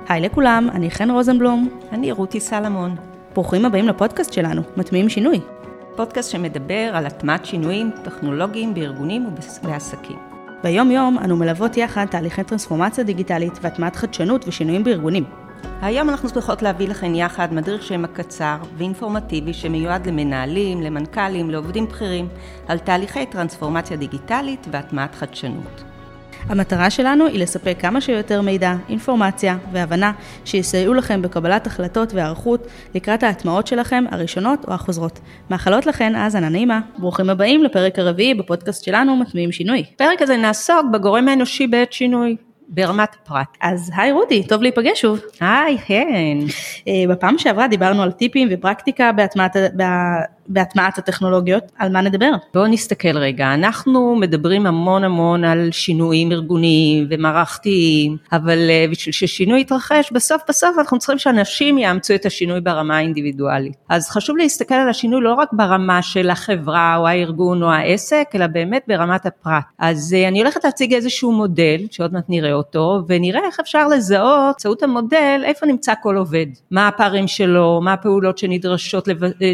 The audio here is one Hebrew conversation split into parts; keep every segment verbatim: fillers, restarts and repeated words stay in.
היי לכולם, אני חן רוזנבלום. אני רותי סלמון. ברוכים הבאים לפודקאסט שלנו, מטמיעים שינוי. פודקאסט שמדבר על הטמעת שינויים טכנולוגיים בארגונים ובעסקים. ביום יום אנו מלוות יחד תהליכי טרנספורמציה דיגיטלית והטמעת חדשנות ושינויים בארגונים. היום אנחנו שמחות להביא לכם יחד מדריך שם הקצר ואינפורמטיבי שמיועד למנהלים, למנכ"לים, לעובדים בכירים, על תהליכי טרנספורמציה דיגיטלית והטמעת חדשנות. המטרה שלנו היא לספק כמה שיותר מידע, אינפורמציה והבנה שיסייעו לכם בקבלת החלטות והערכות לקראת ההטמעות שלכם הראשונות או החוזרות. מאחלות לכן האזנה נעימה. ברוכים הבאים לפרק הרביעי בפודקאסט שלנו מטמיעים שינוי. פרק הזה נעסוק בגורם האנושי בעת שינוי. ברמת הפרט. אז היי רותי, טוב להיפגש שוב. היי, כן. בפעם שעברה דיברנו על טיפים ופרקטיקה בהטמעת, בהטמעת הטכנולוגיות. על מה נדבר? בואו נסתכל רגע. אנחנו מדברים המון המון על שינויים ארגוניים ומערכתיים, אבל בשביל ששינוי יתרחש, בסוף בסוף אנחנו צריכים שאנשים יאמצו את השינוי ברמה האינדיבידואלית. אז חשוב להסתכל על השינוי לא רק ברמה של החברה או הארגון או העסק, אלא באמת ברמת הפרט. אז אני הולכת להציג איזשהו מודל, שעוד מעט נראה אותו, ונראה איך אפשר לזהות, באמצעות המודל, איפה נמצא כל עובד, מה הפערים שלו, מה הפעולות שנדרשות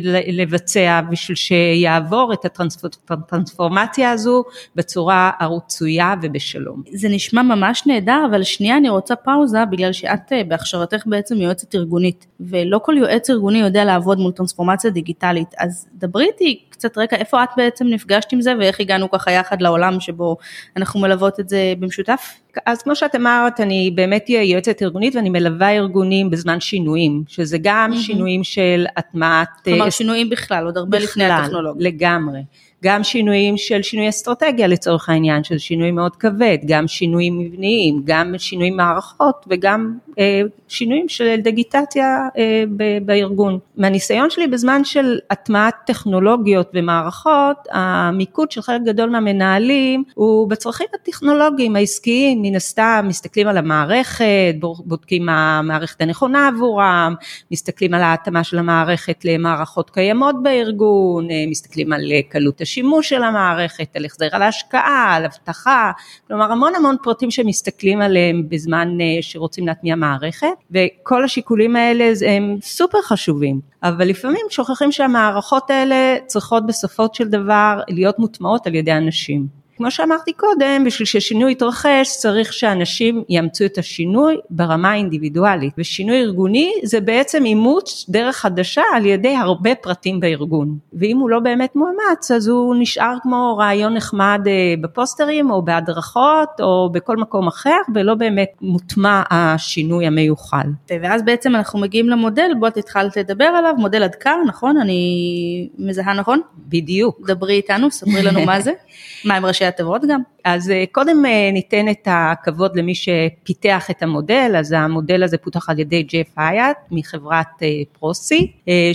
לבצע, בשביל שיעבור את הטרנספורמציה הזו, בצורה הרצויה ובשלום. זה נשמע ממש נהדר, אבל שנייה אני רוצה פאוזה, בגלל שאת בהכשרתך בעצם יועצת ארגונית, ולא כל יועץ ארגוני יודע לעבוד מול טרנספורמציה דיגיטלית, אז דברי איתי קצת רקע, איפה את בעצם נפגשת עם זה, ואיך הגענו ככה יחד לעולם שבו אנחנו מלוות את זה במשותף? אז כמו שאת אמרת, אני באמת יועצת ארגונית, ואני מלווה ארגונים בזמן שינויים, שזה גם mm-hmm. שינויים של הטמעת... כלומר, שינויים בכלל, עוד הרבה לפני הטכנולוגיה. לגמרי. גם שינויים של שינוי אסטרטגיה לצורך העניין, שזה שינוי מאוד כבד, גם שינויים מבניים, גם שינויים מערכות, וגם אה, שינויים של דיגיטציה אה, ב- בארגון. מהניסיון שלי בזמן של הטמעת טכנולוגיות ומערכות, המיקוד של חלק גדול מהמנהלים, הוא בצרכים הטכנולוגיים, העסקיים, מן הסתם, מסתכלים על המערכת, בודקים מה המערכת הנכונה עבורם, מסתכלים על ההתאמה של המערכת למערכות קיימות בארגון, מסתכלים על קלות השימוש של המערכת, על החזר על ההשקעה, על הבטחה, כלומר המון המון פרטים שמסתכלים עליהם בזמן שרוצים להטמיע מערכת, וכל השיקולים האלה הם סופר חשובים, אבל לפעמים שוכחים שהמערכות האלה צריכות בסופו של דבר להיות מוטמעות על ידי אנשים. כמו שאמרתי קודם, בשביל ששינוי יתרחש, צריך שאנשים יאמצו את השינוי ברמה האינדיבידואלית, ושינוי ארגוני זה בעצם אימוץ דרך חדשה על ידי הרבה פרטים בארגון, ואם הוא לא באמת מאומץ, אז הוא נשאר כמו רעיון נחמד בפוסטרים, או בהדרכות, או בכל מקום אחר, ולא באמת מוטמע השינוי המיוחל. ואז בעצם אנחנו מגיעים למודל, בוא תתחלת לדבר עליו, מודל הדקר, נכון? אני מזהה נכון? בדיוק. דברי איתנו, ספרי לנו מה זה. מה עם ראשי התיבות גם? אז קודם ניתן את הכבוד למי שפיתח את המודל, אז המודל הזה פותח על ידי ג'ף הייט מחברת פרוסי,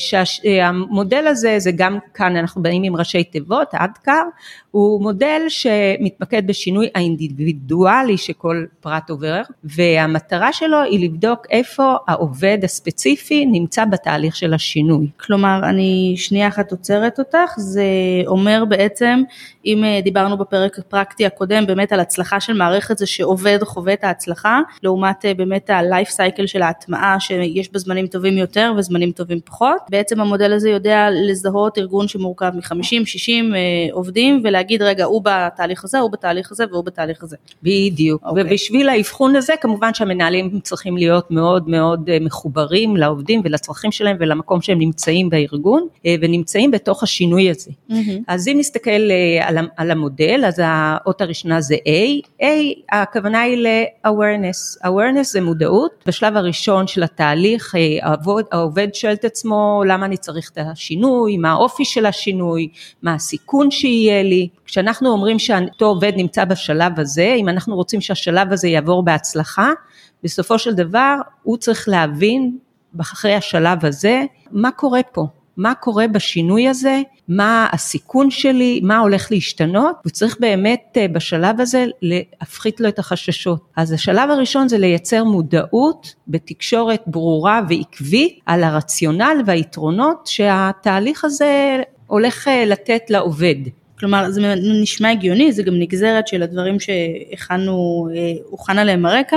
שהמודל הזה זה גם כאן אנחנו באים עם ראשי תיבות, הדקר, הוא מודל שמתמקד בשינוי האינדיבידואלי שכל פרט עובר, והמטרה שלו היא לבדוק איפה העובד הספציפי נמצא בתהליך של השינוי. כלומר, אני שנייה אחת עוצרת אותך, זה אומר בעצם, אם דיברנו בפרק הפרקטי הקודם, באמת על הצלחה של מערכת זה שעובד חווה את ההצלחה, לעומת באמת ה-life cycle של ההטמעה, שיש בזמנים טובים יותר וזמנים טובים פחות. בעצם המודל הזה יודע לזהות ארגון שמורכב מ-חמישים שישים עובדים, ולהגיד רגע, הוא בתהליך הזה, הוא בתהליך הזה, והוא בתהליך הזה. בדיוק. Okay. ובשביל האבחון הזה, כמובן שהמנהלים צריכים להיות מאוד מאוד מחוברים לעובדים ולצרכים שלהם, ולמקום שהם נמצאים בארגון, ונמצאים בתוך השינוי הזה. Mm-hmm. אז אם נסתכל על, על המודל, אז האות הראשונה זה A, A הכוונה היא ל-awareness, awareness זה מודעות, בשלב הראשון של התהליך, העובד, העובד שואל את עצמו, למה אני צריך את השינוי, מה האופי של השינוי, מה הסיכון שיהיה לי, כשאנחנו אומרים שאותו עובד נמצא בשלב הזה, אם אנחנו רוצים שהשלב הזה יעבור בהצלחה, בסופו של דבר הוא צריך להבין, אחרי השלב הזה, מה קורה פה, מה קורה בשינוי הזה, מה הסיכון שלי, מה הולך להשתנות, וצריך באמת בשלב הזה להפחית לו את החששות. אז השלב הראשון זה לייצר מודעות בתקשורת ברורה ועקבית על הרציונל והיתרונות שהתהליך הזה הולך לתת לעובד. כלומר, זה נשמע הגיוני, זה גם נגזרת של הדברים שהוכן עליהם הרקע,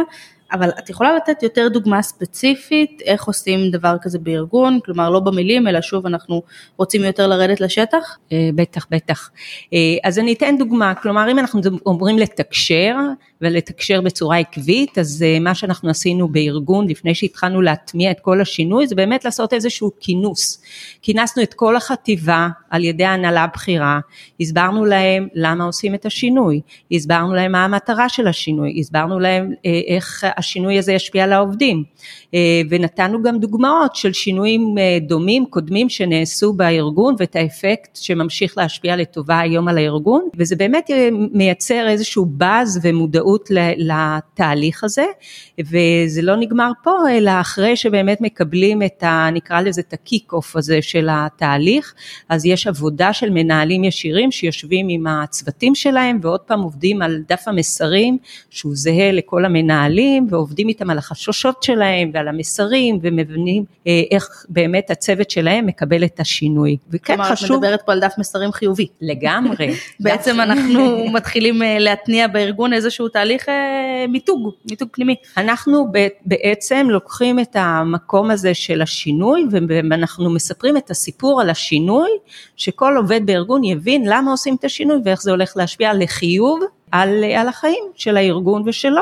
אבל את יכולה לתת יותר דוגמה ספציפית, איך עושים דבר כזה בארגון, כלומר לא במילים, אלא שוב אנחנו רוצים יותר לרדת לשטח? בטח, בטח. אז אני אתן דוגמה, כלומר אם אנחנו אומרים לתקשר, ולתקשר בצורה עקבית, אז מה שאנחנו עשינו בארגון, לפני שהתחלנו להטמיע את כל השינוי, זה באמת לעשות איזשהו כינוס. כינסנו את כל החטיבה על ידי ההנהלה הבכירה, הסברנו להם למה עושים את השינוי, הסברנו להם מה המטרה של השינוי, הסברנו להם איך השינוי הזה ישפיע על העובדים, ונתנו גם דוגמאות של שינויים דומים, קודמים שנעשו בארגון, ואת האפקט שממשיך להשפיע לטובה היום על הארגון, וזה באמת מייצר איזשהו באז ומודעות לתהליך הזה, וזה לא נגמר פה, אלא אחרי שבאמת מקבלים את ה, נקרא לזה את הקיק-אוף הזה של התהליך, אז יש עבודה של מנהלים ישירים שיושבים עם הצוותים שלהם, ועוד פעם עובדים על דף המסרים, שהוא זהה לכל המנהלים, ועובדים איתם על החששות שלהם, ועל המסרים, ומבינים איך באמת הצוות שלהם מקבל את השינוי. וכן חשוב... כלומר, את מדברת פה על דף מסרים חיובי. לגמרי. בעצם אנחנו מתחילים להתניע בארגון איזשהו תהליך מיתוג, מיתוג פנימי. אנחנו בעצם לוקחים את המקום הזה של השינוי, ואנחנו מספרים את הסיפור על השינוי, שכל עובד בארגון יבין למה עושים את השינוי, ואיך זה הולך להשפיע לחיוב, על, על החיים של הארגון ושלו,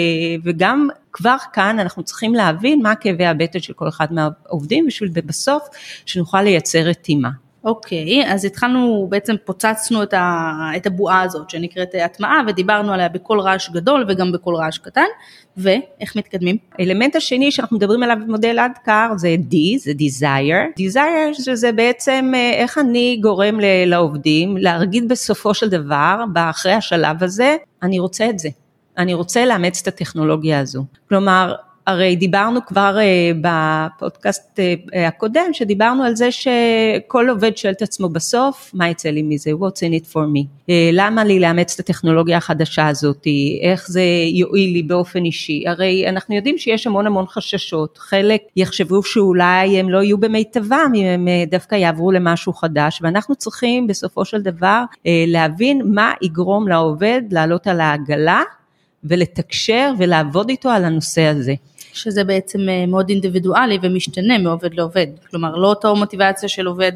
וגם כבר כאן אנחנו צריכים להבין מה כאבי הבטן של כל אחד מהעובדים, בשביל בסוף שנוכל לייצר רתימה. אוקיי, אז התחלנו, בעצם פוצצנו את, ה, את הבועה הזאת שנקראת הטמעה, ודיברנו עליה בכל רעש גדול וגם בכל רעש קטן, ואיך מתקדמים? האלמנט השני שאנחנו מדברים עליו במודל אדקר זה D, זה desire. desire שזה בעצם איך אני גורם לעובדים להרגיד בסופו של דבר, באחרי השלב הזה, אני רוצה את זה. אני רוצה לאמץ את הטכנולוגיה הזו. כלומר, הרי דיברנו כבר בפודקאסט הקודם, שדיברנו על זה שכל עובד שואל את עצמו בסוף, מה יצא לי מזה? What's in it for me? למה לי לאמץ את הטכנולוגיה החדשה הזאת? איך זה יועיל לי באופן אישי? הרי אנחנו יודעים שיש המון המון חששות, חלק יחשבו שאולי הם לא יהיו במיטבם, אם הם דווקא יעברו למשהו חדש, ואנחנו צריכים בסופו של דבר להבין מה יגרום לעובד לעלות על העגלה, ולתקשר ולעבוד איתו על הנושא הזה. שזה בעצם מאוד אינדיבידואלי ומשתנה מעובד לעובד, כלומר לא אותו מוטיבציה של עובד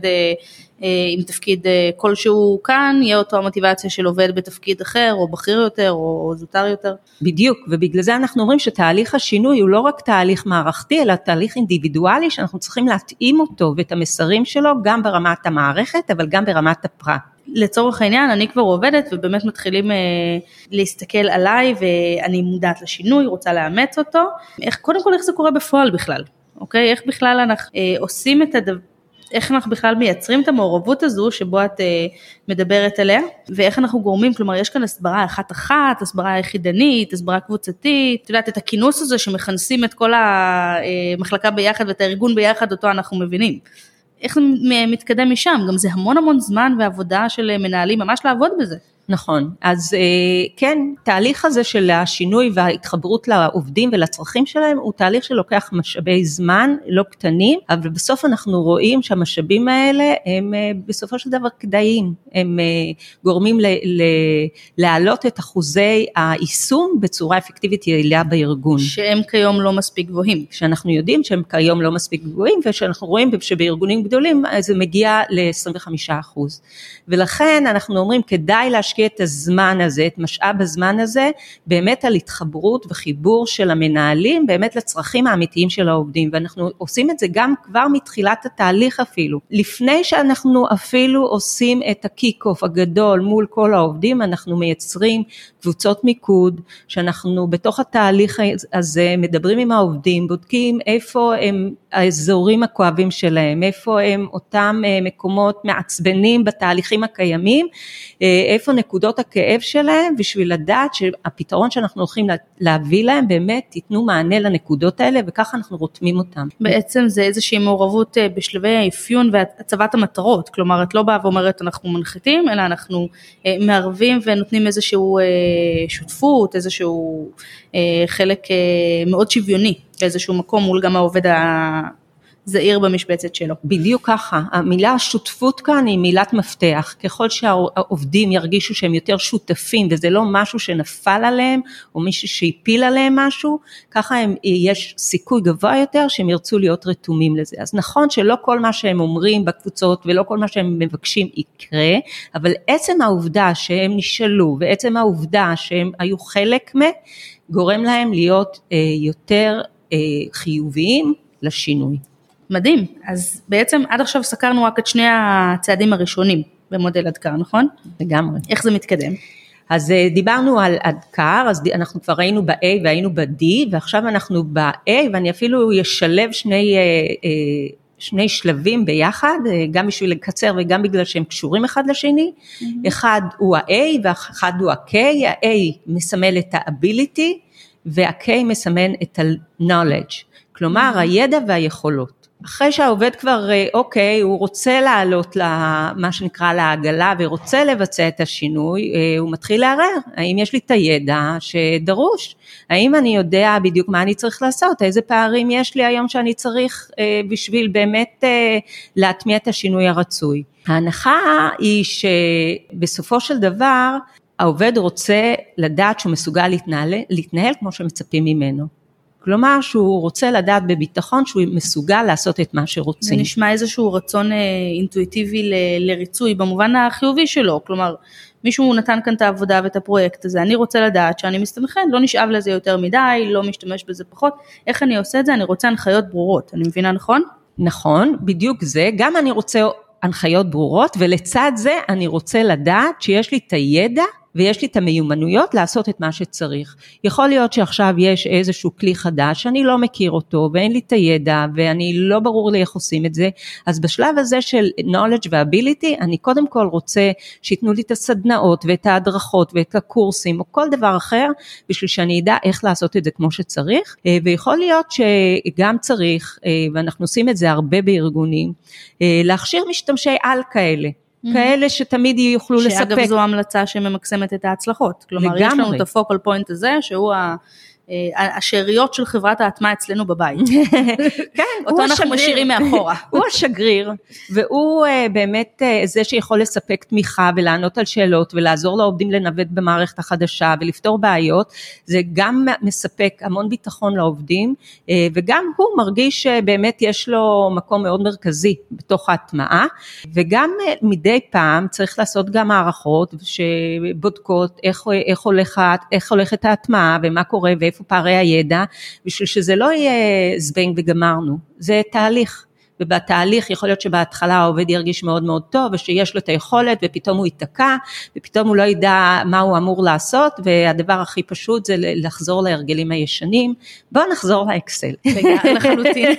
עם תפקיד כלשהו כאן, יהיה אותו המוטיבציה של עובד בתפקיד אחר, או בכיר יותר, או זוטר יותר. בדיוק, ובגלל זה אנחנו אומרים שתהליך השינוי הוא לא רק תהליך מערכתי, אלא תהליך אינדיבידואלי, שאנחנו צריכים להתאים אותו ואת המסרים שלו, גם ברמת המערכת, אבל גם ברמת הפרט. לצורך העניין, אני כבר עובדת, ובאמת מתחילים אה, להסתכל עליי, ואני מודעת לשינוי, רוצה לאמץ אותו. איך, קודם כל, איך זה קורה בפועל בכלל? אוקיי? איך בכלל אנחנו אה, עושים את הדבר, איך אנחנו בכלל מייצרים את המעורבות הזו, שבו את אה, מדברת עליה, ואיך אנחנו גורמים, כלומר, יש כאן הסברה אחת-אחת, הסברה יחידנית, הסברה קבוצתית, את יודעת, את הכינוס הזה, שמכנסים את כל המחלקה ביחד, ואת הארגון ביחד, אותו אנחנו מבינים. איך זה מתקדם משם? גם זה המון המון זמן ועבודה של מנהלים, ממש לעבוד בזה. נכון, אז כן, תהליך הזה של השינוי וההתחברות לעובדים ולצרכים שלהם, הוא תהליך שלוקח משאבי זמן, לא קטנים, אבל בסוף אנחנו רואים שהמשאבים האלה, הם בסופו של דבר כדאיים, הם גורמים ל- ל- להעלות את אחוזי היישום בצורה אפקטיבית יעילה בארגון. שהם כיום לא מספיק גבוהים. שאנחנו יודעים שהם כיום לא מספיק גבוהים, ושאנחנו רואים שבארגונים גדולים, זה מגיע ל-עשרים וחמישה אחוז. ולכן אנחנו אומרים, כדאי להשקיע את הזמן הזה, את משאב הזמן הזה, באמת על התחברות וחיבור של המנהלים, באמת לצרכים האמיתיים של העובדים, ואנחנו עושים את זה גם כבר מתחילת התהליך אפילו. לפני שאנחנו אפילו עושים את הקיק-אוף הגדול מול כל העובדים, אנחנו מייצרים קבוצות מיקוד, שאנחנו בתוך התהליך הזה מדברים עם העובדים, בודקים איפה הם האזורים הכואבים שלהם, איפה הם אותם מקומות מעצבנים בתהליכים הקיימים, איפה נקודות הכאב שלהם, בשביל לדעת שהפתרון שאנחנו הולכים להביא להם, באמת תיתנו מענה לנקודות האלה, וככה אנחנו רותמים אותם. בעצם זה איזושהי מעורבות בשלבי האפיון והצבת המטרות, כלומר את לא באה ואומרת אנחנו מנחיתים, אלא אנחנו מערבים ונותנים איזשהו שותפות, איזשהו חלק מאוד שוויוני, באיזשהו מקום מול גם העובד זהיר במשבצת שלו. בדיוק ככה, המילה שותפות כאן היא מילת מפתח, ככל שהעובדים ירגישו שהם יותר שותפים, וזה לא משהו שנפל עליהם, או מישהו שהפיל עליהם משהו, ככה הם, יש סיכוי גבוה יותר שהם ירצו להיות רתומים לזה. אז נכון שלא כל מה שהם אומרים בקבוצות, ולא כל מה שהם מבקשים יקרה, אבל עצם העובדה שהם נשאלו, ועצם העובדה שהם היו חלק מה, גורם להם להיות אה, יותר אה, חיוביים לשינוי. מדהים, אז בעצם עד עכשיו סקרנו רק את שני הצעדים הראשונים במודל אדקר, נכון? לגמרי. איך זה מתקדם? אז דיברנו על אדקר, אז אנחנו כבר היינו ב-A והיינו ב-D, ועכשיו אנחנו ב-A, ואני אפילו ישלב שני, שני שלבים ביחד, גם בשביל לקצר וגם בגלל שהם קשורים אחד לשני, mm-hmm. אחד הוא ה-A ואחד הוא ה-K, ה-A מסמל את ה-ability, וה-K מסמן את ה-knowledge, כלומר mm-hmm. הידע והיכולות. אחרי שהעובד כבר, אוקיי, הוא רוצה לעלות למה שנקרא לעגלה, ורוצה לבצע את השינוי, הוא מתחיל לערער, האם יש לי את הידע שדרוש, האם אני יודע בדיוק מה אני צריך לעשות, איזה פערים יש לי היום שאני צריך בשביל באמת להטמיע את השינוי הרצוי. ההנחה היא שבסופו של דבר, העובד רוצה לדעת שהוא מסוגל להתנהל, להתנהל כמו שמצפים ממנו. כלומר שהוא רוצה לדעת בביטחון שהוא מסוגל לעשות את מה שרוצים. זה נשמע איזשהו רצון אינטואיטיבי ל- לריצוי במובן החיובי שלו, כלומר מישהו נתן כאן את העבודה ואת הפרויקט הזה, אני רוצה לדעת שאני מסתמכן, לא נשאב לזה יותר מדי, לא משתמש בזה פחות, איך אני עושה את זה? אני רוצה הנחיות ברורות, אני מבינה נכון? נכון, בדיוק זה, גם אני רוצה הנחיות ברורות, ולצד זה אני רוצה לדעת שיש לי את הידע, ויש לי את המיומנויות לעשות את מה שצריך. יכול להיות שעכשיו יש איזשהו כלי חדש, שאני לא מכיר אותו, ואין לי את הידע, ואני לא ברור לי איך עושים את זה, אז בשלב הזה של knowledge ו-ability, אני קודם כל רוצה שיתנו לי את הסדנאות, ואת ההדרכות, ואת הקורסים, או כל דבר אחר, בשביל שאני אדע איך לעשות את זה כמו שצריך, ויכול להיות שגם צריך, ואנחנו עושים את זה הרבה בארגונים, להכשיר משתמשי על כאלה, כאלה שתמיד יוכלו לספק. שאגב זו המלצה שממקסמת את ההצלחות. כלומר, יש לנו את הפוקל פוינט הזה, שהוא השאריות של חברת ההטמעה אצלנו בבית. כן, אותו אנחנו משאירים מאחורה. הוא השגריר, והוא באמת זה שיכול לספק תמיכה ולענות על שאלות, ולעזור לעובדים לנווט במערכת החדשה, ולפתור בעיות. זה גם מספק המון ביטחון לעובדים, וגם הוא מרגיש שבאמת יש לו מקום מאוד מרכזי בתוך ההטמעה, וגם מדי פעם צריך לעשות גם הערכות, שבודקות איך, איך, הולכת, איך הולכת ההטמעה, ומה קורה, ואיפה פערי הידע, בשביל שזה לא יהיה זבנג וגמרנו, זה תהליך, ובתהליך יכול להיות שבהתחלה העובד ירגיש מאוד מאוד טוב, ושיש לו את היכולת, ופתאום הוא ייתקע, ופתאום הוא לא ידע מה הוא אמור לעשות, והדבר הכי פשוט זה לחזור להרגלים הישנים, בואו נחזור לאקסל. לחלוטין.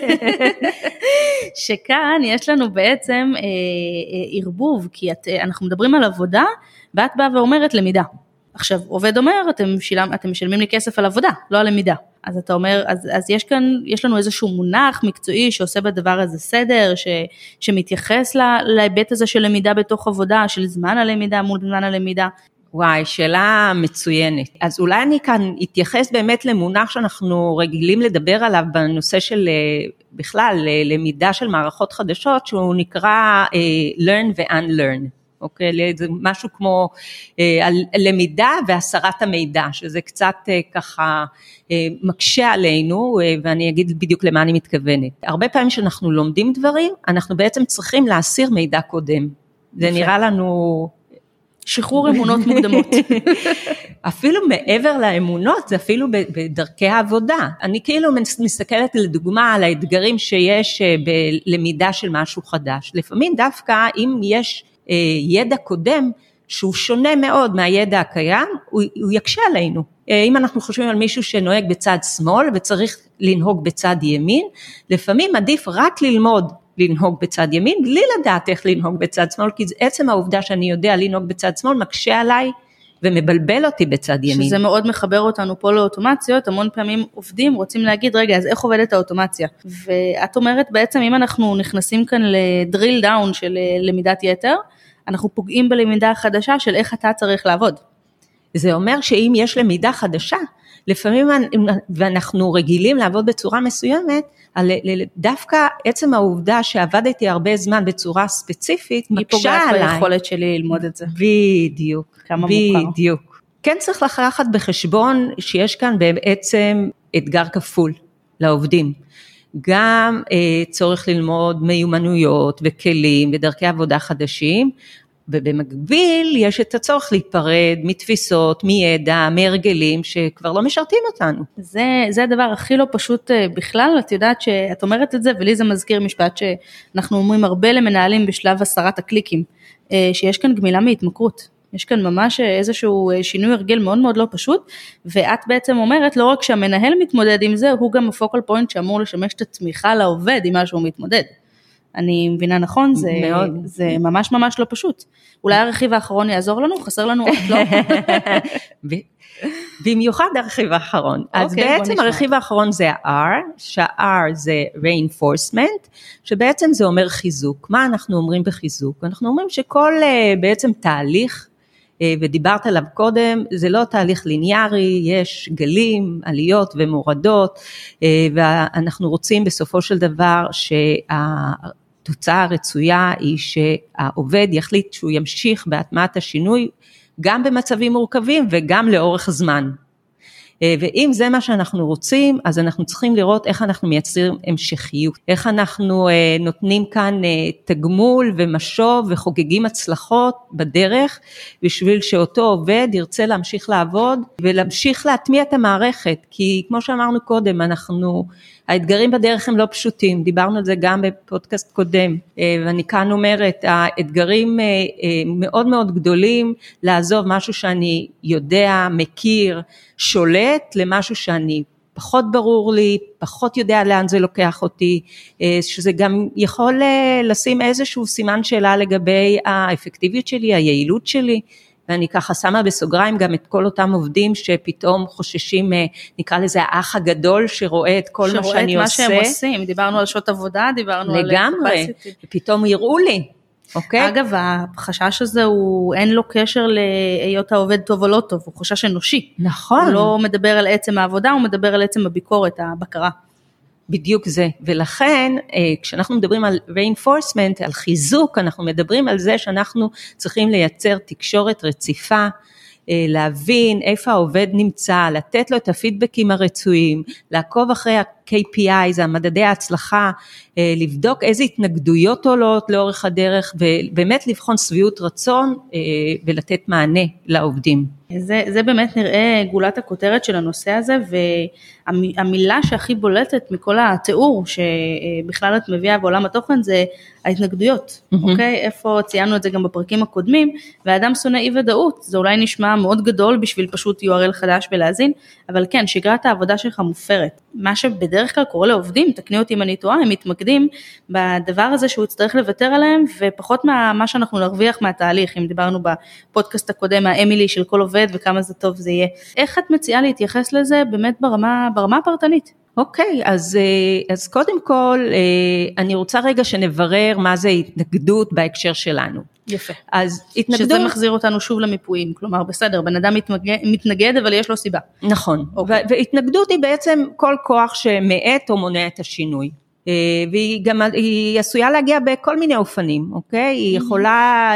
שכאן יש לנו בעצם ערבוב, כי אנחנו מדברים על עבודה, ואת באה ואומרת למידה. עכשיו, עובד אומר, אתם, שילם, אתם משלמים לי כסף על עבודה, לא על למידה. אז אתה אומר, אז, אז יש כאן, יש לנו איזשהו מונח מקצועי שעושה בדבר הזה סדר, ש, שמתייחס לה, להיבט הזה של למידה בתוך עבודה, של זמן הלמידה מול זמן הלמידה. וואי, שאלה מצוינת. אז אולי אני כאן אתייחס באמת למונח שאנחנו רגילים לדבר עליו בנושא של בכלל, למידה של מערכות חדשות, שהוא נקרא learn ו-unlearn. אוקיי, זה משהו כמו אה, למידה והסרת המידע, שזה קצת אה, ככה אה, מקשה עלינו, אה, ואני אגיד בדיוק למה אני מתכוונת. הרבה פעמים שאנחנו לומדים דברים, אנחנו בעצם צריכים להסיר מידע קודם. זה נראה לנו שחרור אמונות מוקדמות. אפילו מעבר לאמונות, זה אפילו בדרכי העבודה. אני כאילו מסתכלת לדוגמה על האתגרים שיש בלמידה של משהו חדש. לפעמים דווקא אם יש ידע קודם שהוא שונה מאוד מהידע הקיים, הוא, הוא יקשה עלינו. אם אנחנו חושבים על מישהו שנוהג בצד שמאל וצריך לנהוג בצד ימין, לפעמים עדיף רק ללמוד לנהוג בצד ימין, בלי לדעת איך לנהוג בצד שמאל, כי עצם העובדה שאני יודע לנהוג בצד שמאל מקשה עליי ומבלבל אותי בצד ימין. שזה מאוד מחבר אותנו פה לאוטומציות, המון פעמים עובדים רוצים להגיד, רגע, אז איך עובדת האוטומציה? ואת אומרת בעצם, אם אנחנו נכנסים כאן לדריל דאון של למידת יתר, אנחנו פוגעים בלמידה החדשה של איך אתה צריך לעבוד. זה אומר שאם יש למידה חדשה, לפעמים, ואנחנו רגילים לעבוד בצורה מסוימת, דווקא עצם העובדה שעבדתי הרבה זמן בצורה ספציפית, מקשה עליי. היא פוגעת ביכולת שלי ללמוד את זה. בדיוק. כמה מוכר. בדיוק. כן צריך לקחת בחשבון שיש כאן בעצם אתגר כפול לעובדים. גם אה, צורך ללמוד מיומנויות וכלים ודרכי עבודה חדשים, ובמקביל יש את הצורך להיפרד מתפיסות, מידע, מהרגלים שכבר לא משרתים אותנו. זה, זה הדבר הכי לא פשוט בכלל, את יודעת שאת אומרת את זה, ולי זה מזכיר משפט שאנחנו אומרים הרבה למנהלים בשלב הסרת הקליקים, שיש כאן גמילה מהתמכרות. יש כאן ממש איזשהו שינוי הרגל מאוד מאוד לא פשוט, ואת בעצם אומרת, לא רק שהמנהל מתמודד עם זה, הוא גם הפוקל פוינט שאמור לשמש את התמיכה לעובד עם מה שהוא מתמודד. אני מבינה נכון, זה, זה ממש ממש לא פשוט. אולי הרכיב האחרון יעזור לנו, חסר לנו עוד, לא? במיוחד הרכיב האחרון. אז בעצם הרכיב האחרון זה ה-R, שה-R זה reinforcement, שבעצם זה אומר חיזוק. מה אנחנו אומרים בחיזוק? אנחנו אומרים שכל בעצם תהליך, ודיברת עליו קודם, זה לא תהליך ליניארי, יש גלים, עליות ומורדות, ואנחנו רוצים בסופו של דבר שהתוצאה הרצויה היא שהעובד יחליט שהוא ימשיך בהטמעת השינוי, גם במצבים מורכבים וגם לאורך זמן. ואם זה מה שאנחנו רוצים, אז אנחנו צריכים לראות איך אנחנו מייצרים המשכיות, איך אנחנו נותנים כאן תגמול ומשוב וחוגגים הצלחות בדרך, בשביל שאותו עובד ירצה להמשיך לעבוד ולהמשיך להטמיע את המערכת, כי כמו שאמרנו קודם, אנחנו, האתגרים בדרך הם לא פשוטים, דיברנו על זה גם בפודקאסט קודם, ואני כאן אומרת, האתגרים מאוד מאוד גדולים, לעזוב משהו שאני יודע, מכיר, שולט למשהו שאני פחות ברור לי, פחות יודע לאן זה לוקח אותי, שזה גם יכול לשים איזשהו סימן שאלה לגבי האפקטיביות שלי, היעילות שלי, ואני ככה שמה בסוגריים גם את כל אותם עובדים שפתאום חוששים, נקרא לזה האח הגדול שרואה את כל מה שאני עושה. שרואה את מה שהם עושים, דיברנו על שעות עבודה, דיברנו על... לגמרי, ופתאום יראו לי. Okay. אגב, החשש הזה הוא, אין לו קשר להיות העובד טוב או לא טוב, הוא חשש אנושי. נכון. הוא לא מדבר על עצם העבודה, הוא מדבר על עצם הביקורת, הבקרה. בדיוק זה, ולכן כשאנחנו מדברים על reinforcement, על חיזוק, אנחנו מדברים על זה שאנחנו צריכים לייצר תקשורת רציפה, להבין איפה העובד נמצא, לתת לו את הפידבקים הרצויים, לעקוב אחרי ה-K P I, זה המדדי ההצלחה, לבדוק איזה התנגדויות עולות לאורך הדרך, ובאמת לבחון סביעות רצון ולתת מענה לעובדים. זה, זה באמת נראה גולת הכותרת של הנושא הזה, והמילה שהכי בולטת מכל התיאור שבכלל את מביאה בעולם התוכן זה ההתנגדויות, mm-hmm. אוקיי? איפה ציינו את זה גם בפרקים הקודמים, והאדם שונא אי ודאות, זה אולי נשמע מאוד גדול בשביל פשוט יו אר אל חדש ולהזין, אבל כן, שגרת העבודה שלך מופרת. מה שבדרך כלל קורה לעובדים, תקני אותי אם אני טועה, הם מתמקדים בדבר הזה שהוא יצטרך לוותר עליהם, ופחות מה שאנחנו נרוויח מהתהליך, אם דיברנו בפודקאסט הקודם, האמילי של כל עובד, וכמה זה טוב זה יהיה. איך את מציעה להתייחס לזה באמת ברמה, ברמה הפרטנית? אוקיי, אז, אז קודם כל, אני רוצה רגע שנברר מה זה התנגדות בהקשר שלנו. יפה. אז התנגדות... שזה מחזיר אותנו שוב למיפויים, כלומר בסדר, בן אדם מתנגד, מתנגד אבל יש לו סיבה. נכון, אוקיי. והתנגדות היא בעצם כל כוח שמעט או מונע את השינוי. והיא גם, היא עשויה להגיע בכל מיני אופנים, אוקיי? היא יכולה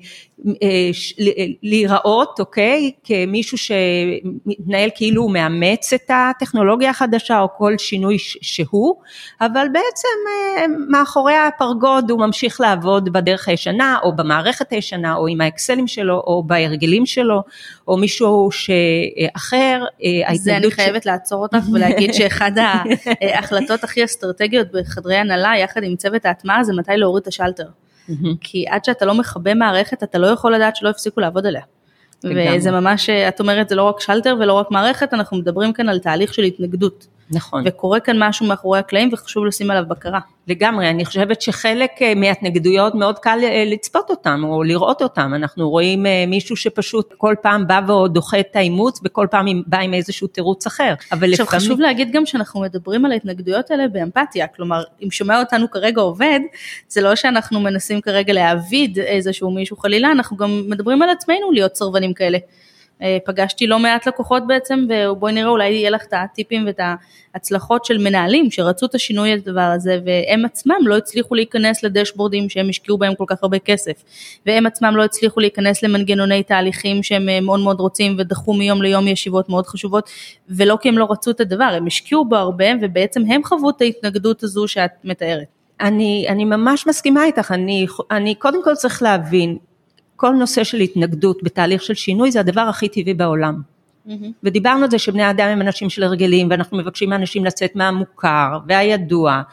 להיראות, אוקיי? כמישהו שמתנהל כאילו הוא מאמץ את הטכנולוגיה החדשה או כל שינוי שהוא, אבל בעצם מאחורי הפרגוד הוא ממשיך לעבוד בדרך הישנה או במערכת הישנה או עם האקסלים שלו או בהרגלים שלו או מישהו שאחר. זה אני חייבת לעצור אותך ולהגיד שאחד ההחלטות הכי אסטרטגיות בחדרי הנהלה יחד עם צוות ההטמעה זה מתי להוריד את השלטר. כי עד שאתה לא מחבא מערכת, אתה לא יכול לדעת שלא הפסיקו לעבוד עליה. וזה ממש, את אומרת, זה לא רק שלטר ולא רק מערכת, אנחנו מדברים כאן על תהליך של התנגדות. נכון. וקורה כאן משהו מאחורי הקלעים, וחשוב לשים עליו בקרה. לגמרי, אני חושבת שחלק מהתנגדויות מאוד קל לצפות אותם, או לראות אותם. אנחנו רואים מישהו שפשוט כל פעם בא ודוחה את האימוץ, וכל פעם בא עם איזשהו תירוץ אחר. אבל עכשיו לפעמים... חשוב להגיד גם שאנחנו מדברים על ההתנגדויות האלה באמפתיה, כלומר, אם שומע אותנו כרגע עובד, זה לא שאנחנו מנסים כרגע להעביד איזשהו מישהו חלילה, אנחנו גם מדברים על עצמנו להיות סרבנים כאלה. פגשתי לא מעט לקוחות בעצם, ובואי נראה, אולי יהיה לך את הטיפים ואת ההצלחות של מנהלים שרצו את השינוי הדבר הזה, והם עצמם לא הצליחו להיכנס לדשבורדים שהם השקיעו בהם כל כך הרבה כסף, והם עצמם לא הצליחו להיכנס למנגנוני תהליכים שהם מאוד מאוד רוצים, ודחו מיום ליום ישיבות מאוד חשובות, ולא כי הם לא רצו את הדבר, הם השקיעו בו הרבה, ובעצם הם חוו את ההתנגדות הזו שאת מתארת. אני, אני ממש מסכימה איתך, אני, אני קודם כל צריך להבין, כל נושא של התנגדות בתהליך של שינוי, זה הדבר הכי טבעי בעולם. Mm-hmm. ודיברנו על זה שבני האדם הם אנשים של הרגלים, ואנחנו מבקשים מאנשים לצאת מהמוכר והידוע,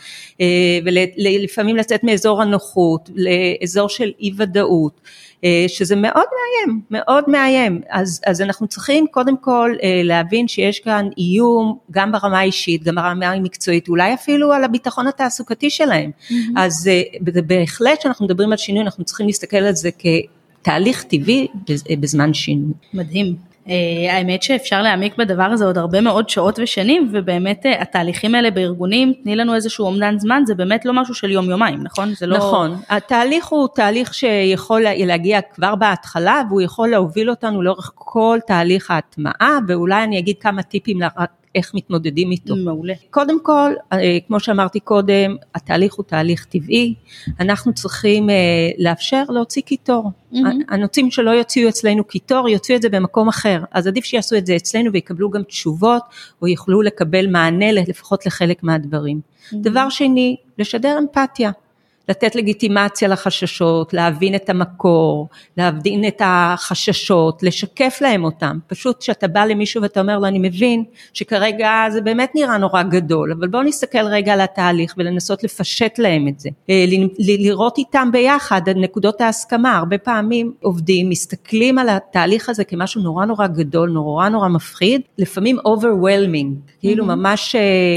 ולפעמים לצאת מאזור הנוחות, לאזור של אי ודאות, שזה מאוד מאיים, מאוד מאיים. אז, אז אנחנו צריכים קודם כל להבין שיש כאן איום, גם ברמה האישית, גם ברמה המקצועית, אולי אפילו על הביטחון התעסוקתי שלהם. Mm-hmm. אז בהחלט שאנחנו מדברים על שינוי, אנחנו צריכים להסתכל על זה כתהליך טבעי בזמן שינוי. מדהים. האמת שאפשר להעמיק בדבר הזה עוד הרבה מאוד שעות ושנים, ובאמת התהליכים האלה בארגונים, תני לנו איזשהו אומדן זמן, זה באמת לא משהו של יום יומיים, נכון? זה לא... נכון, התהליך הוא תהליך שיכול להגיע כבר בהתחלה, והוא יכול להוביל אותנו לאורך כל תהליך ההטמעה, ואולי אני אגיד כמה טיפים איך מתמודדים איתו. מעולה. קודם כל, כמו שאמרתי קודם, התהליך הוא תהליך טבעי, אנחנו צריכים לאפשר להוציא קיטור. הנוצים שלא יוציאו אצלנו קיטור, יוציאו את זה במקום אחר, אז עדיף שיעשו את זה אצלנו ויקבלו גם תשובות, או יוכלו לקבל מענה לפחות לחלק מהדברים. דבר שני, לשדר אמפתיה. לתת לגיטימציה לחששות, להבין את המקור, להבין את החששות, לשקף להם אותם. פשוט שאתה בא למישהו ואתה אומר לו, אני מבין שכרגע זה באמת נראה נורא גדול, אבל בואו נסתכל רגע על התהליך ולנסות לפשט להם את זה. לראות איתם ביחד נקודות ההסכמה. הרבה פעמים עובדים מסתכלים על התהליך הזה כמשהו נורא נורא גדול, נורא נורא מפחיד, לפעמים overwhelming, כאילו ממש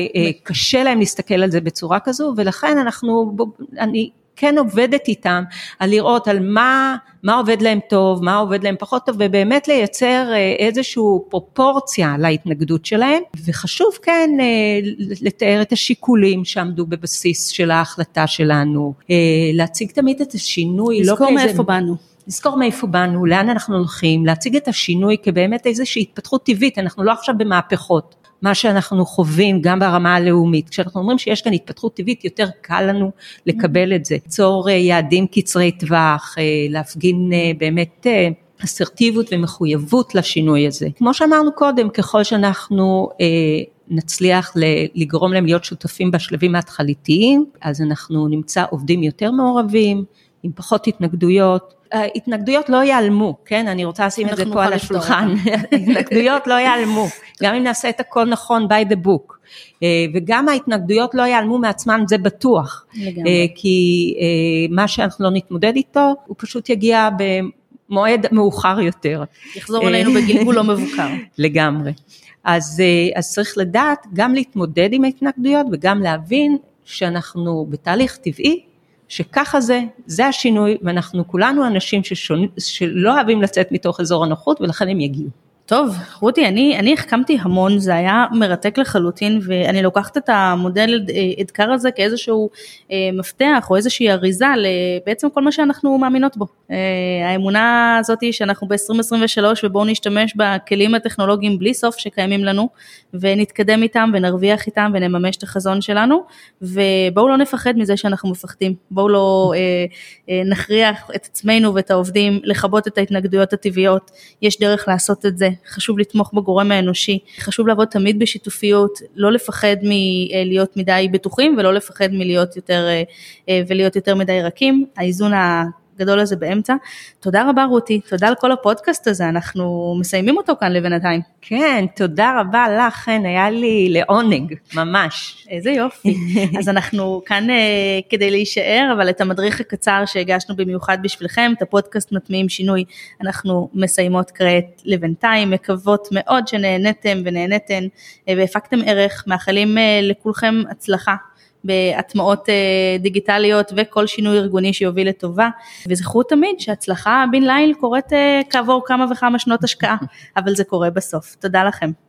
קשה להם להסתכל על זה בצורה כזו, ולכן אנחנו, אני כן עובדת איתם על לראות על מה, מה עובד להם טוב, מה עובד להם פחות טוב, ובאמת לייצר איזושהי פרופורציה להתנגדות שלהם, וחשוב כן לתאר את השיקולים שעמדו בבסיס של ההחלטה שלנו, להציג תמיד את השינוי, לזכור לא מאיפה באנו. לזכור מאיפה באנו, לאן אנחנו הולכים, להציג את השינוי כבאמת איזושהי התפתחות טבעית, אנחנו לא עכשיו במהפכות, מה שאנחנו חווים גם ברמה הלאומית, כשאנחנו אומרים שיש כאן התפתחות טבעית, יותר קל לנו לקבל את זה, ליצור יעדים קצרי טווח, להפגין באמת אסרטיביות ומחויבות לשינוי הזה. כמו שאמרנו קודם, ככל שאנחנו נצליח לגרום להם להיות שותפים בשלבים ההתחלתיים, אז אנחנו נמצא עובדים יותר מעורבים, עם פחות התנגדויות, התנגדויות לא ייעלמו, כן? אני רוצה לשים את זה פה על השולחן. התנגדויות לא ייעלמו, גם אם נעשה את הכל נכון by the book. וגם ההתנגדויות לא ייעלמו מעצמן, זה בטוח. לגמרי. כי מה שאנחנו לא נתמודד איתו, הוא פשוט יגיע במועד מאוחר יותר. יחזור אלינו בגלגול לא מבוקר. לגמרי. אז, אז צריך לדעת גם להתמודד עם ההתנגדויות, וגם להבין שאנחנו בתהליך טבעי, שככה זה, זה השינוי, ואנחנו כולנו אנשים ששונ... שלא אוהבים לצאת מתוך אזור הנוחות, ולכן הם יגיעו. טוב, רותי, אני, אני החכמתי המון, זה היה מרתק לחלוטין, ואני לוקחת את המודל אדקר הזה כאיזשהו אה, מפתח, או איזושהי אריזה, בעצם כל מה שאנחנו מאמינות בו. אה, האמונה הזאת היא שאנחנו ב-עשרים עשרים ושלוש, ובואו נשתמש בכלים הטכנולוגיים בלי סוף שקיימים לנו, ונתקדם איתם, ונרוויח איתם, ונממש את החזון שלנו, ובואו לא נפחד מזה שאנחנו מפחדים, בואו לא אה, אה, נכריח את עצמנו ואת העובדים, לחבות את ההתנגדויות הטבעיות, יש דרך לעשות את זה, חשוב לתמוך בגורם האנושי, חשוב לעבוד תמיד בשיתופיות, לא לפחד מלהיות מדי בטוחים, ולא לפחד מלהיות יותר, ולהיות יותר מדי רכים, האיזון הגדול הזה באמצע. תודה רבה רותי, תודה על כל הפודקאסט הזה, אנחנו מסיימים אותו כאן לבינתיים. כן, תודה רבה לך, היה לי לעונג, ממש. איזה יופי. אז אנחנו כאן כדי להישאר, אבל את המדריך הקצר שהגשנו במיוחד בשבילכם, את הפודקאסט מטמיעים שינוי, אנחנו מסיימות כעת לבינתיים, מקוות מאוד שנהנתם ונהנתן, והפקתם ערך, מאחלים לכולכם הצלחה. בהטמעות דיגיטליות וכל שינוי ארגוני שיוביל לטובה, וזכרו תמיד שהצלחה בן ליל קורית כעבור כמה וכמה שנות השקעה, אבל זה קורה בסוף. תודה לכם.